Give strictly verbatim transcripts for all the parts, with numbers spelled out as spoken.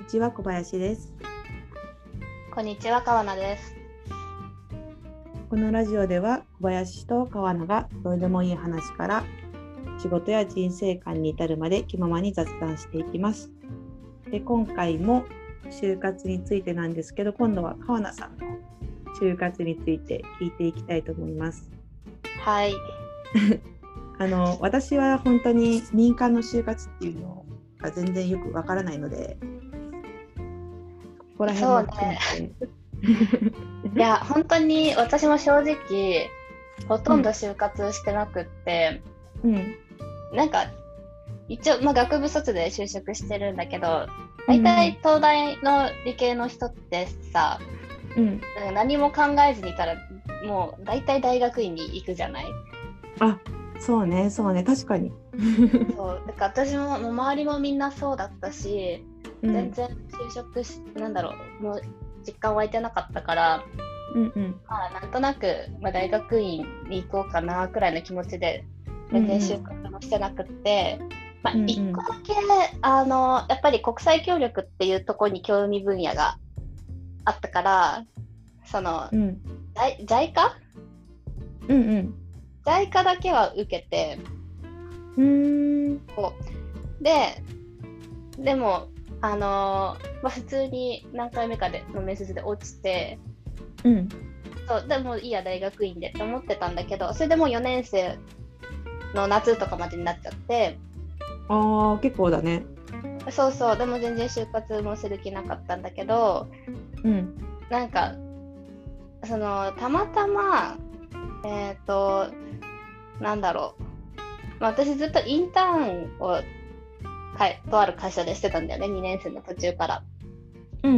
ちは、小林です。 こんにちは、川名です。 このラジオでは小林と川名がどうでもいい話から仕事や人生観に至るまで気ままに雑談していきます。で、今回も就活についてなんですけど、今度は川名さんの就活について聞いていきたいと思います。 はい。 あの私は本当に民間の就活っていうのが全然よくわからないので、ここら辺も含めて。 そうね。いや、本当に私も正直ほとんど就活してなくって、 うん、 なんか一応、まあ、学部卒で就職してるんだけど、大体東大の理系の人ってさ、うん、何も考えずにいたらもう大体大学院に行くじゃない？ あ、そうねそうね、確かに。 そうだから私も周りもみんなそうだったし、うん、全然就職しなんだろうもう実感湧いてなかったから、 うんうん、 まあ、なんとなく、まあ、大学院に行こうかなくらいの気持ちで全然就活もしてなくって、うんうんまあ、いっこだけ、あのやっぱり国際協力っていうところに興味分野があったから、その、うん、ジャイカ？ うんうん。 ジャイカだけは受けて、 うーんそうで、でも、あのーまあ、普通に何回目かでの面接で落ちて、 うん、 そうでもいいや大学院でって思ってたんだけど、それでもうよねん生の夏とかまでになっちゃって、 あー結構だね。 そうそう、でも全然就活もする気なかったんだけど、うん、なんかそのたまたまえっ、ー、となんだろう、まあ、私ずっとインターンをとある会社でしてたんだよね、にねん生の途中から。 うんうん。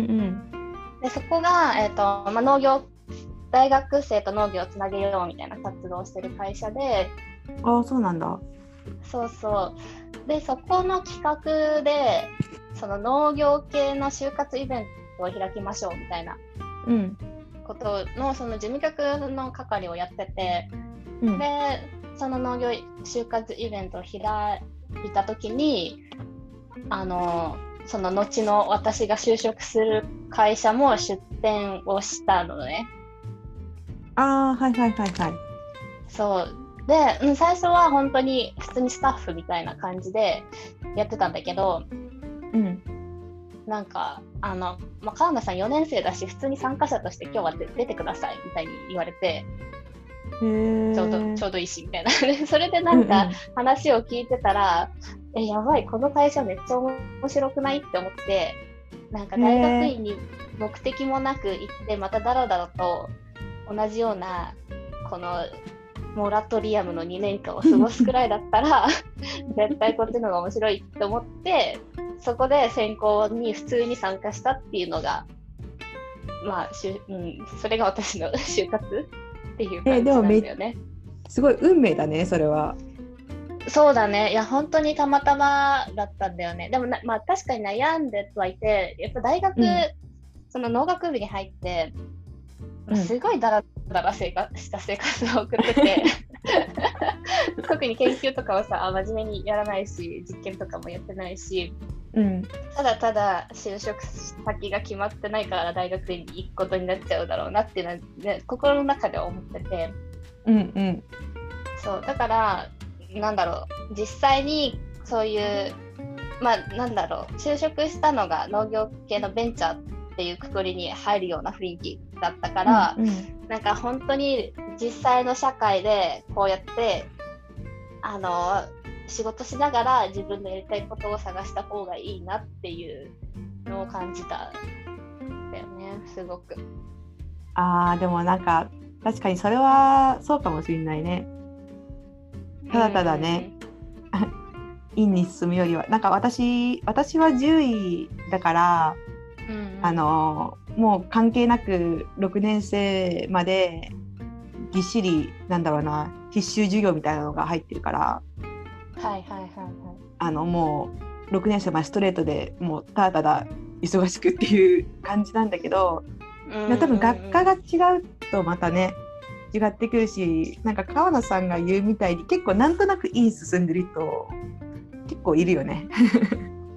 でそこが、えーとまあ、農業大学生と農業をつなげようみたいな活動をしてる会社で。 ああ、そうなんだ。 そうそうでそこの企画でその農業系の就活イベントを開きましょうみたいなことの、その事務局の係をやってて、うん、でその農業就活イベントを開いた時に、あのその後の私が就職する会社も出展をしたのね。 ああ、はいはいはいはい。 そうで、うん、最初は本当に普通にスタッフみたいな感じでやってたんだけど、うん、なんかあの、まあ、川名さんよねん生だし普通に参加者として今日は出てくださいみたいに言われて、 へーちょうどちょうどいいしみたいなそれでなんか話を聞いてたら、うんうん、えやばいこの会社めっちゃ面白くないって思って、なんか大学院に目的もなく行ってまただらだらと同じようなこのモラトリアムのにねんかんを過ごすくらいだったら絶対こっちの方が面白いって思って、そこで選考に普通に参加したっていうのが、まあしゅ、うん、それが私の就活っていう感じなんだよね。 すごい運命だね、それは。 そうだね。いや本当にたまたまだったんだよね。でもな、まあ、確かに悩んではいて、やっぱ大学、うん、その農学部に入って、うん、すごいだらだら生活した生活を送ってて特に研究とかはさ真面目にやらないし、実験とかもやってないし、うん、ただただ就職先が決まってないから大学院に行くことになっちゃうだろうなっていうのは、ね、心の中では思ってて、うんうん、そうだからなんだろう、実際にそういうまあなんだろう、就職したのが農業系のベンチャーっていうくくりに入るような雰囲気だったから、うんうん、なんか本当に実際の社会でこうやってあの仕事しながら自分のやりたいことを探した方がいいなっていうのを感じたんだよね、すごく。 あーでもなんか確かにそれはそうかもしれないね。ただただね、院に進むよりはなんか私私はじゅういだから、うんうん、あのもう関係なくろくねん生までぎっしりなんだろうな必修授業みたいなのが入ってるから、 はいはいはいはい、 あのもうろくねん生までストレートでもうただただ忙しくっていう感じなんだけど、うんうんうん、多分学科が違うとまたね違ってくるし、なんか川野さんが言うみたいに結構なんとなく院進んでる人結構いるよね。 う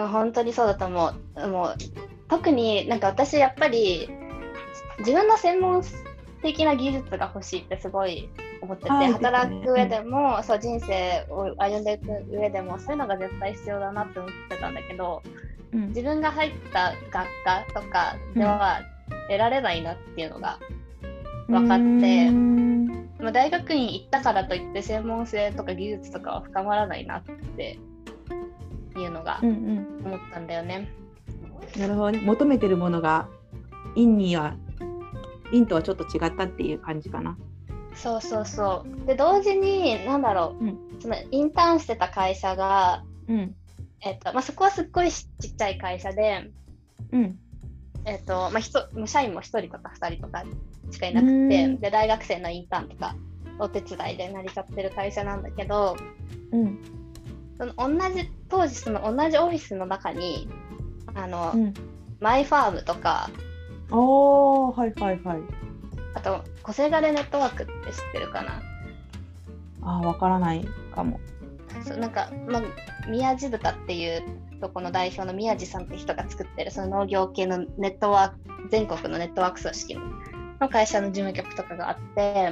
や本当にそうだと思う。もう特になんか私やっぱり自分の専門的な技術が欲しいってすごい思ってて、 あー働く上でねも、そう人生を歩んでいく上でもそういうのが絶対必要だなって思ってたんだけど、 うん自分が入った学科とかでは得られないなっていうのが分かっうーて、 んまあ、大学院行ったからといって専門性とか技術とかは深まらないなっていうのがうんうん思ったんだよね。 なるほどね。求めてるものが院には院とはちょっと違ったっていう感じかな。 そうそうそう。で同時に何だろう、 うんそのインターンしてた会社が、 うんえっとまあ、そこはすっごいちっちゃい会社で、 うんえっとまあ、ひと社員もひとりとかふたりとかしかいなくうて、 んで大学生のインターンとかお手伝いで成り立ってる会社なんだけど、 うんその同じ当時その同じオフィスの中にあの、 うん。 マイファームとか、 おーはいはいはい。 あと個性ガレネットワークって知ってるかな。 あーわからないかも。 そうなんか、まあ、宮地豚っていうとこの代表の宮地さんって人が作ってるその農業系のネットワーク、全国のネットワーク組織の会社の事務局とかがあって、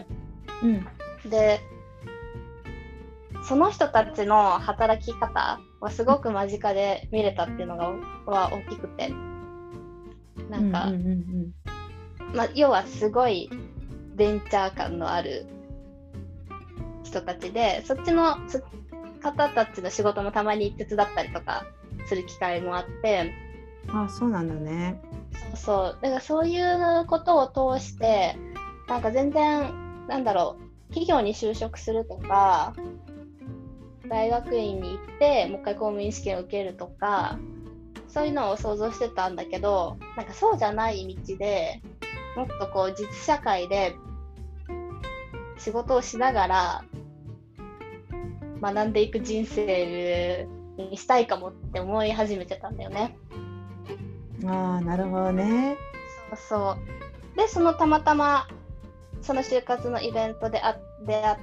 うんでその人たちの働き方はすごく間近で見れたっていうのがは大きくて、なんか、 うんうんうんまあ、要はすごいベンチャー感のある人たちで、そっちのそ方たちの仕事もたまに手伝ったりとかする機会もあって、 うん。あそうなんだね。 そうそうだからそういうことを通してなんか全然なんだろう、企業に就職するとか大学院に行ってもう一回公務員試験を受けるとかそういうのを想像してたんだけど、なんかそうじゃない道でもっとこう実社会で仕事をしながら学んでいく人生にしたいかもって思い始めてたんだよね。 ああなるほどね。 そうそうでそのたまたまその就活のイベントであ出会った、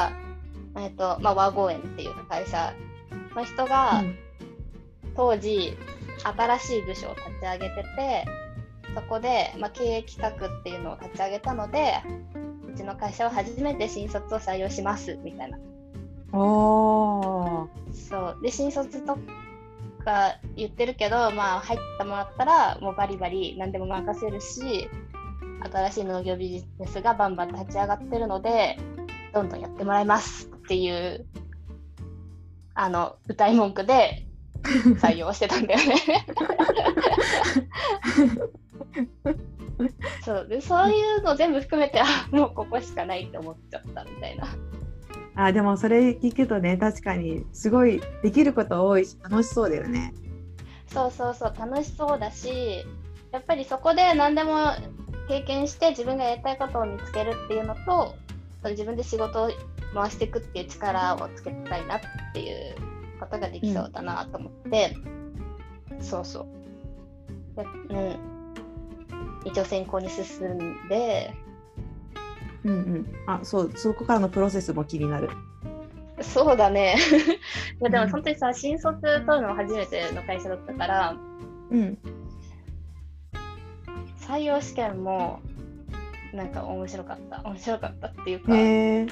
えーとまあ、和合園っていう会社の人が、 うん当時新しい部署を立ち上げてて、そこで、まあ、経営企画っていうのを立ち上げたので、うちの会社は初めて新卒を採用しますみたいな。 おーそうで新卒とか言ってるけど、まあ、入ってもらったらもうバリバリ何でも任せるし、新しい農業ビジネスがバンバン立ち上がってるのでどんどんやってもらいますっていうあの歌い文句で採用してたんだよねそうでそういうの全部含めてあもうここしかないって思っちゃったみたいな。 あでもそれ聞くとね確かにすごいできること多いし楽しそうだよね。 そうそうそう楽しそうだし、やっぱりそこで何でも経験して自分がやりたいことを見つけるっていうのと、自分で仕事を回していくっていう力をつけたいなっていうことができそうだなと思って、うん、そうそうで、うん、一応専攻に進んで、 うんうん、あそうそこからのプロセスも気になる。 そうだねいやでも本当にさ、新卒取るのも初めての会社だったから、 うん、 採用試験もなんか面白かった面白かったっていうかへ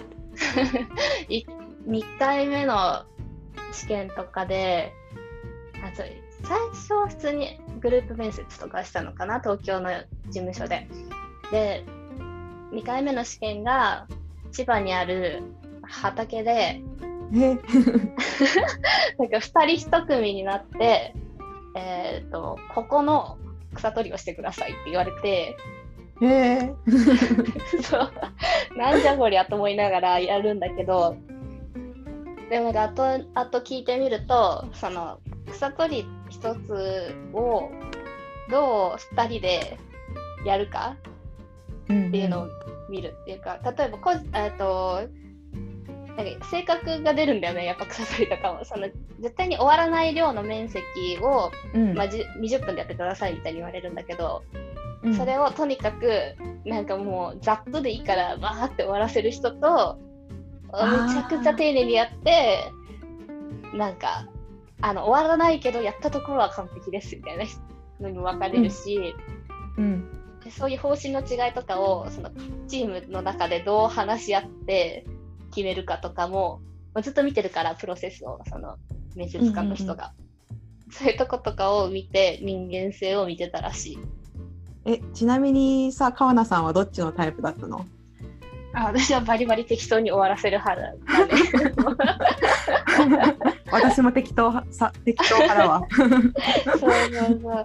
にかいめの試験とかで、あそう最初は普通にグループ面接とかしたのかな、東京の事務所で。でにかいめの試験が千葉にある畑でえなんかふたりひと組になって、えーと、ここの草取りをしてくださいって言われてへそうなんじゃこりゃと思いながらやるんだけど、でもあとあと聞いてみると、その草取り一つをどうふたりでやるかっていうのを見るっていうか、例えばこえっとなんか性格が出るんだよね、やっぱ草取りとかも。その絶対に終わらない量の面積を、 うんまあ、にじゅっぷんでやってくださいみたいに言われるんだけど、 うん、 それをとにかくなんかもうざっとでいいからバーって終わらせる人と、めちゃくちゃ丁寧にやってなんかあの終わらないけどやったところは完璧ですみたいなのにも分かれるし、 うん、 でそういう方針の違いとかをそのチームの中でどう話し合って決めるかとかも、まあ、ずっと見てるからプロセスをその面接官の人が、うんうんうん、そういうとことかを見て人間性を見てたらしい。 え、ちなみにさ、川名さんはどっちのタイプだったの？ あ、私はバリバリ適当に終わらせる派だね。 私も適当さ適当からは。 そうそうそう、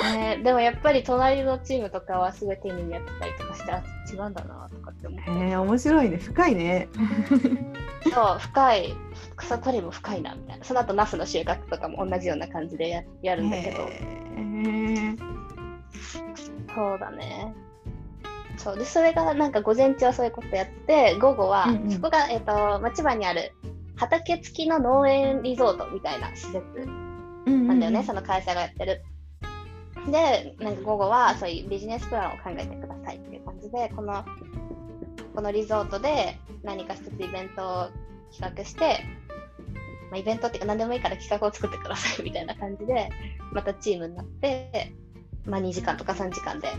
ね。でもやっぱり隣のチームとかはすごい丁寧にやってたりとかして、あ、違うんだなとかって思って。 へえ、面白いね、深いね。 そう、深い、草取りも深いなみたいな。その後ナスの収穫とかも同じような感じで や, やるんだけど。へそうだね。そうで、それがなんか午前中はそういうことやって、午後は、うんうん、そこが、えーとまあ、千葉にある畑付きの農園リゾートみたいな施設なんだよね、うんうんうん、その会社がやってる。で、なんか午後はそういうビジネスプランを考えてくださいっていう感じで、このこのリゾートで何か一つイベントを企画して、まあ、イベントっていうか何でもいいから企画を作ってくださいみたいな感じで、またチームになって、まあ、にじかんとかさんじかんで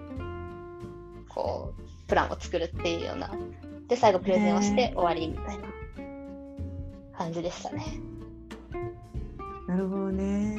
こうプランを作るっていうような、で最後プレゼンをして終わりみたいな感じでしたね。 なるほどね。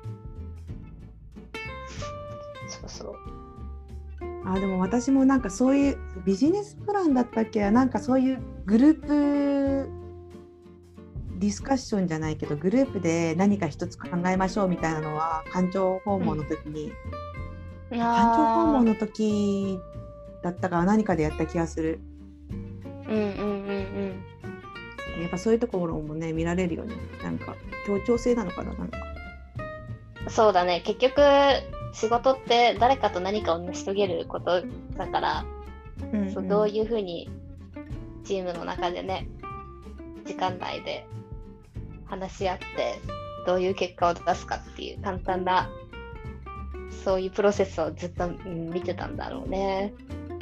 そうそう。 あ、でも私もなんかそういうビジネスプランだったっけ、なんかそういうグループディスカッションじゃないけど、グループで何か一つ考えましょうみたいなのは官庁訪問の時に、うん、官庁訪問の時だったか何かでやった気がする。 うんうんうんうんやっぱそういうところもね見られるよね。なんか協調性なのかな、なんか。 そうだね。結局仕事って誰かと何かを成し遂げることだから、うんうん、そうどういうふうにチームの中でね時間内で話し合ってどういう結果を出すかっていう簡単なそういうプロセスをずっと、うん、見てたんだろうね。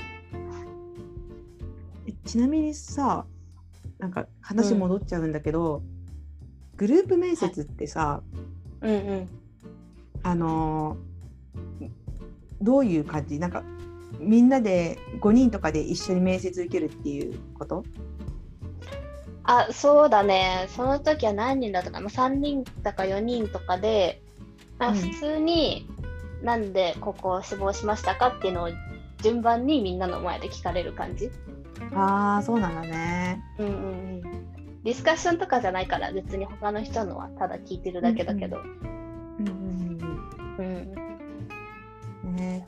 ちなみにさ、なんか話戻っちゃうんだけど、うん、グループ面接ってさ、 はい、うんうん、 あのどういう感じ？なんかみんなでごにんとかで一緒に面接受けるっていうこと？ あ、そうだね。その時は何人だったかな、さんにんとかよにんとかで、あ、普通になんでここを志望しましたかっていうのを順番にみんなの前で聞かれる感じ。 ああ、そうなんだね。 うんうんうん。ディスカッションとかじゃないから別に他の人のはただ聞いてるだけだけど。 うんうんうん。うん。ね。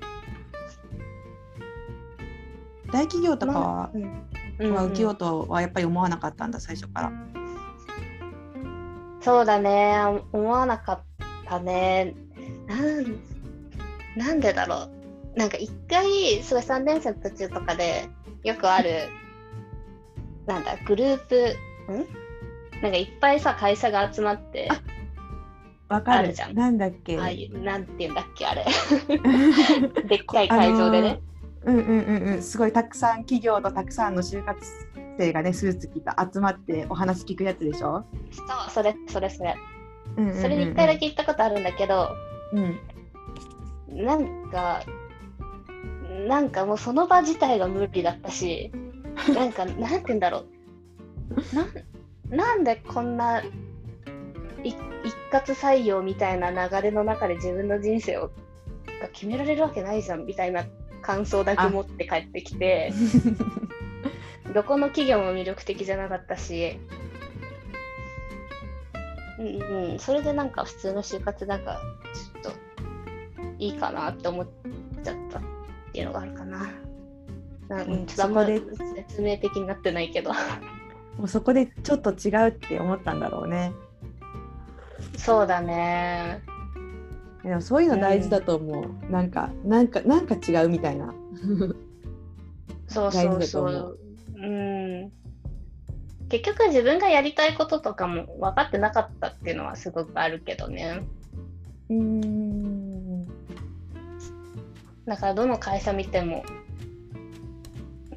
大企業とかは、まあうんうん、受けようとはやっぱり思わなかったんだ、最初から。 そうだね、思わなかったね。なんなんでだろう。なんか一回すごいさんねん生の途中とかでよくあるなんだグループんなんかいっぱいさ会社が集まってわかるじゃん。なんだっけ、 ああいうなんていうんだっけあれでっかい会場でね、 うんうんうんうん、すごいたくさん企業とたくさんの就活生がねスーツ着た集まってお話聞くやつでしょ。 そう、それそれそれ、うんうんうんうん、それにいっかいだけ行ったことあるんだけど、うん、なんかなんかもうその場自体が無理だったし、なんかなんて言うんだろうな、なんでこんな一括採用みたいな流れの中で自分の人生をが決められるわけないじゃんみたいな感想だけ持って帰ってきてどこの企業も魅力的じゃなかったし、うんうん、それでなんか普通の就活なんかちょっといいかなって思っちゃったっていうのがあるかな。なんうん、ちょっとあんま説明的になってないけどもうそこでちょっと違うって思ったんだろうね。 そうだね。 でもそういうの大事だと思う、うん、なんかなんかなんか違うみたいなそうそうそう、うん、結局自分がやりたいこととかも分かってなかったっていうのはすごくあるけどね。うーん、だからどの会社見てもうん、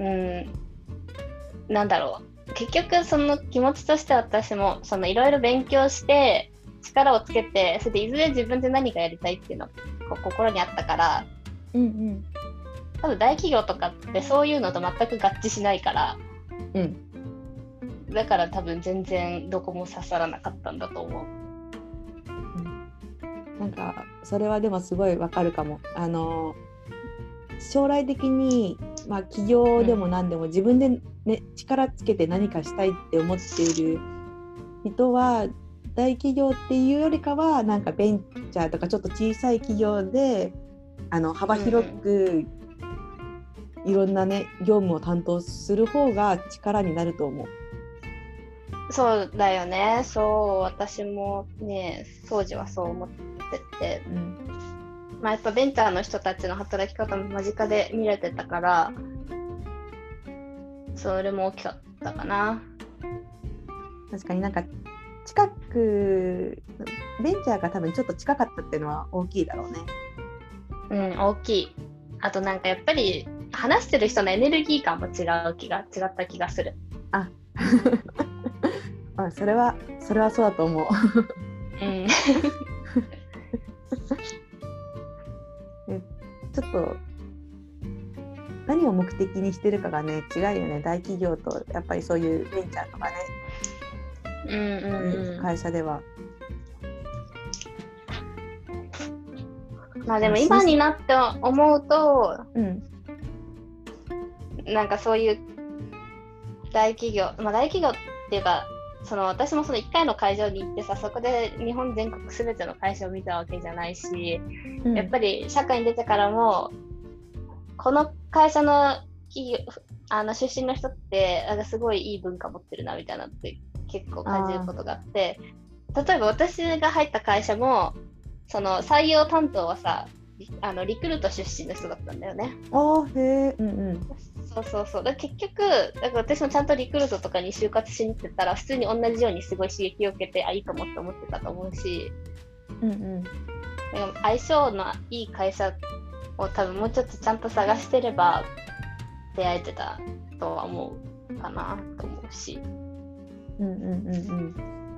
なんだろう、結局その気持ちとして私もそのいろいろ勉強して力をつけて、それでいずれ自分で何かやりたいっていうのがこう心にあったから、 うんうん、 多分大企業とかってそういうのと全く合致しないから、 うん、 だから多分全然どこも刺さらなかったんだと思う。 うん、なんかそれはでもすごいわかるかも。あの将来的に、まあ、企業でも何でも自分で、ね、力つけて何かしたいって思っている人は大企業っていうよりかはなんかベンチャーとかちょっと小さい企業であの幅広くいろんなね業務を担当する方が力になると思う。 そうだよね。そう私もね当時はそう思ってて、うん、まあ、やっぱベンチャーの人たちの働き方も間近で見れてたからそれも大きかったかな。 確かになんか近くベンチャーが多分ちょっと近かったっていうのは大きいだろうね。 うん大きい。あとなんかやっぱり話してる人のエネルギー感も違う気が違った気がする。 ああそれはそれはそうだと思う。 うんちょっと何を目的にしてるかがね違うよね。大企業とやっぱりそういうベンチャーとかね、 うんうんうん、 会社では。 まあでも今になって思うと、 うん、 なんかそういう大企業、まあ、大企業っていうかその私もそのいっかいの会場に行ってさそこで日本全国すべての会社を見たわけじゃないし、うん、やっぱり社会に出てからもこの会社の企業あの出身の人ってなんかすごいいい文化持ってるなみたいなって結構感じることがあって、例えば私が入った会社もその採用担当はさあのリクルート出身の人だったんだよね。 あへえ、うんうん、 そうそうそう。だ結局だから私もちゃんとリクルートとかに就活しに行ってたら普通に同じようにすごい刺激を受けてあいいかもって思ってたと思うし、 うんうん、 相性のいい会社を多分もうちょっとちゃんと探してれば出会えてたとは思うかなと思うし。 うんうんうんうん。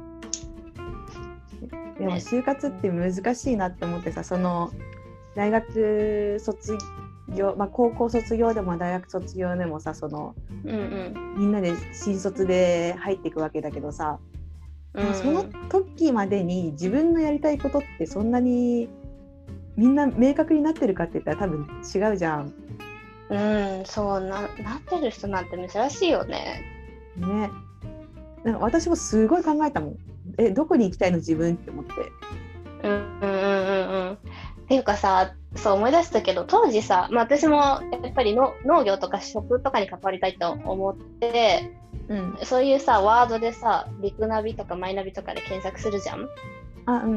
でも就活って難しいなって思ってさ、その大学卒業、まあ、高校卒業でも大学卒業でもさ、その、うんうん、みんなで新卒で入っていくわけだけどさ、うん、その時までに自分のやりたいことってそんなにみんな明確になってるかって言ったら多分違うじゃん。 うん、そうな、なってる人なんて珍しいよね。 ね。なんか私もすごい考えたもん。え、どこに行きたいの自分って思って。 うんうんうんうん。っていうかさ、そう思い出したけど、当時さ、まあ、私もやっぱりの農業とか食とかに関わりたいと思って、うん、そういうさワードでさ、リクナビとかマイナビとかで検索するじゃん。 あ、うんうんうん。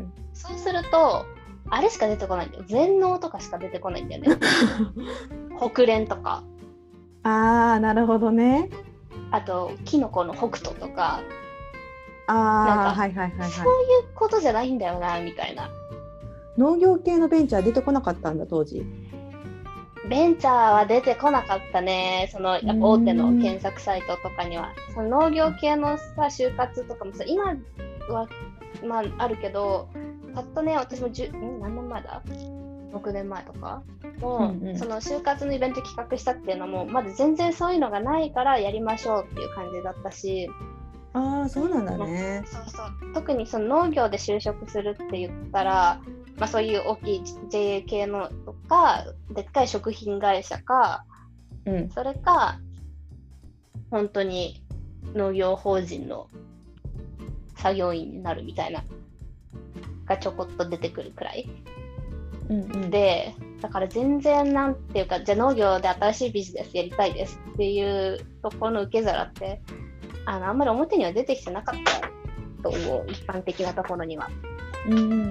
そうするとあれしか出てこないんだよ。全農とかしか出てこないんだよね。北連とか。 あー、なるほどね。 あとキノコの北斗とか。 ああ、はいはいはいはい。 そういうことじゃないんだよなみたいな。 農業系のベンチャー出てこなかったんだ当時。 ベンチャーは出てこなかったね。そのやっぱ大手の検索サイトとかには。その農業系のさ就活とかもさ、今はまああるけど、たったね私もじゅん何年前だろくねんまえとかも、うんうん、その就活のイベント企画したっていうのもまだ全然そういうのがないからやりましょうっていう感じだったし。 ああ、そうなんだね。 そうそう。特にその農業で就職するって言ったら、まあ、そういう大きい ジェーエー 系のとかでっかい食品会社か、うん、それか本当に農業法人の作業員になるみたいながちょこっと出てくるくらい、うんうん、でだから全然なんていうか、じゃあ農業で新しいビジネスやりたいですっていうところの受け皿ってあのあんまり表には出てきてなかったと思う、一般的なところには。うんうんうんうん、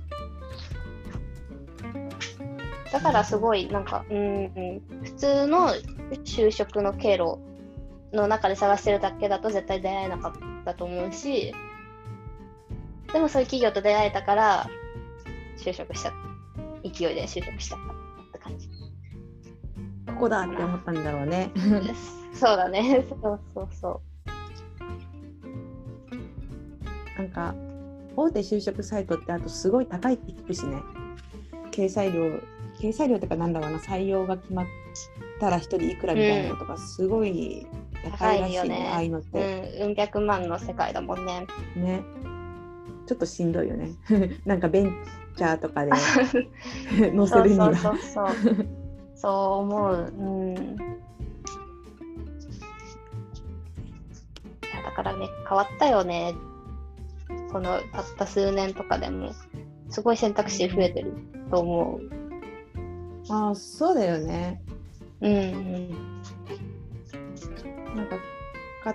だからすごいなんか、うん、普通の就職の経路の中で探してるだけだと絶対出会えなかったと思うし、でもそういう企業と出会えたから就職した、勢いで就職したって感じ。 ここだって思ったんだろうね。 そうだね、そうそうそう。 なんか大手就職サイトってあとすごい高いって聞くしね。掲載料掲載料とかなんだろうな、採用が決まったら一人いくらみたいなのとかすごい高いらしいね、 高いよねああいうのって、 うん、うん百万の世界だもんね。 ね。ちょっとしんどいよねなんかベンチャーとかで載せるにはそうそうそうそうそう思う。うん。いやだからね、変わったよね。このたった数年とかでもすごい選択肢増えてると思う。 ああ、そうだよね。 うんうん。 なんか、か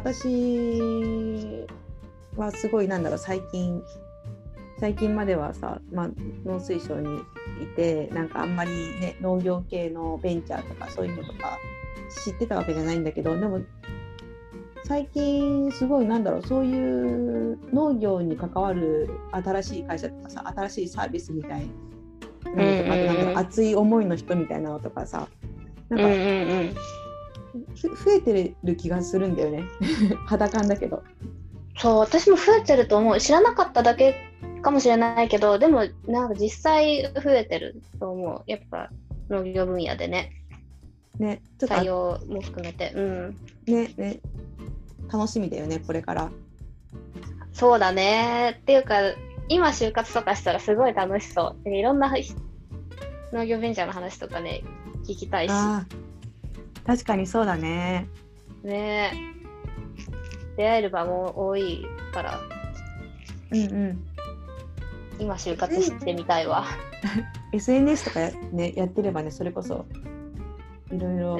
私はすごいなんだろう、最近最近まではさ、まあ、農水省にいてなんかあんまりね農業系のベンチャーとかそういうのとか知ってたわけじゃないんだけど、でも最近すごいなんだろう、そういう農業に関わる新しい会社とかさ、新しいサービスみたいなのとか、 うんうんうん、 あとなんだろう、熱い思いの人みたいなのとかさ、なんか、 うんうんうん、 増えてる気がするんだよね肌感だけど。 そう、私も増えてると思う。知らなかっただけかもしれないけど、でもなんか実際増えてると思う。やっぱ農業分野でね。 ね、ちょっと採用も含めて。うん。 ねね、楽しみだよね、これから。 そうだね。っていうか、今就活とかしたらすごい楽しそう。いろんな農業ベンチャーの話とかね、聞きたいし。 あ、確かにそうだね。 ね、出会える場も多いから、 うんうん。 今就活してみたいわ。 エスエヌエス とかや、ね、やってればね、それこそいろいろうんうん。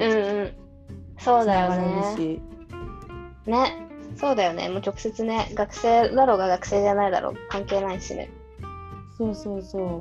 そうだよね。 しね、そうだよね。もう直接ね、学生だろうが学生じゃないだろう関係ないしね。 そうそうそう。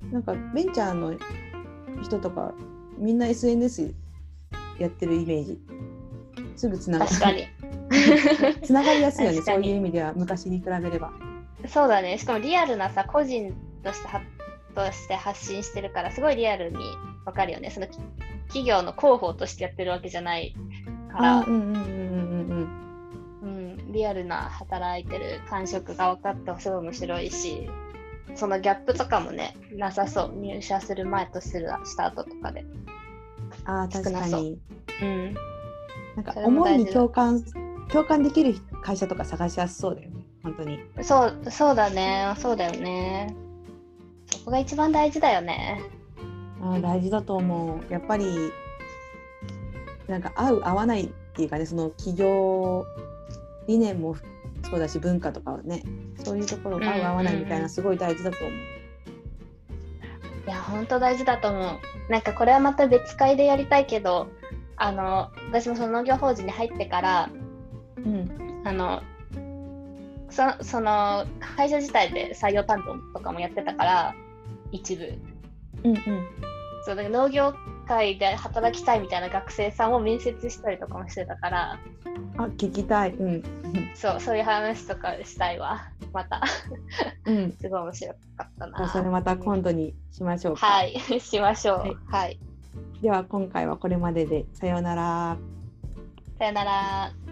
なんかベンチャーの人とかみんな エスエヌエス やってるイメージ。すぐつながる。 確かに。 つながりやすいよね。そういう意味では昔に比べれば。 そうだね。しかもリアルなさ、個人としてはとして発信してるからすごいリアルにわかるよね。その企業の広報としてやってるわけじゃないから、 うんうんうんうんうんうん、リアルな働いてる感触が分かってすごい面白いし、そのギャップとかもねなさそう。入社する前とするした後とかで。 ああ、確かに。 うん。 なんか思いに共感共感できる会社とか探しやすそうだよね。本当に。 そう、そうだね。そうだよね。そこが一番大事だよね。 あ、大事だと思う。やっぱりなんか合う合わないっていうかね、その企業理念もそうだし文化とかはね、そういうところ合う合わないみたいなすごい大事だと思う。 いや本当大事だと思う。なんかこれはまた別会でやりたいけど、あの私もその農業法人に入ってから、 うん、 あのそ, その会社自体で採用担当とかもやってたから一部、 うんうん、 そうだから農業界で働きたいみたいな学生さんを面接したりとかもしてたから、 あ、聞きたい、うん、 そうそういう話とかしたいわまた、 うん、 すごい面白かったな。 それまた今度にしましょうか。 はいしましょう。はい、はい、 では今回はこれまでで、さようなら。 さよなら。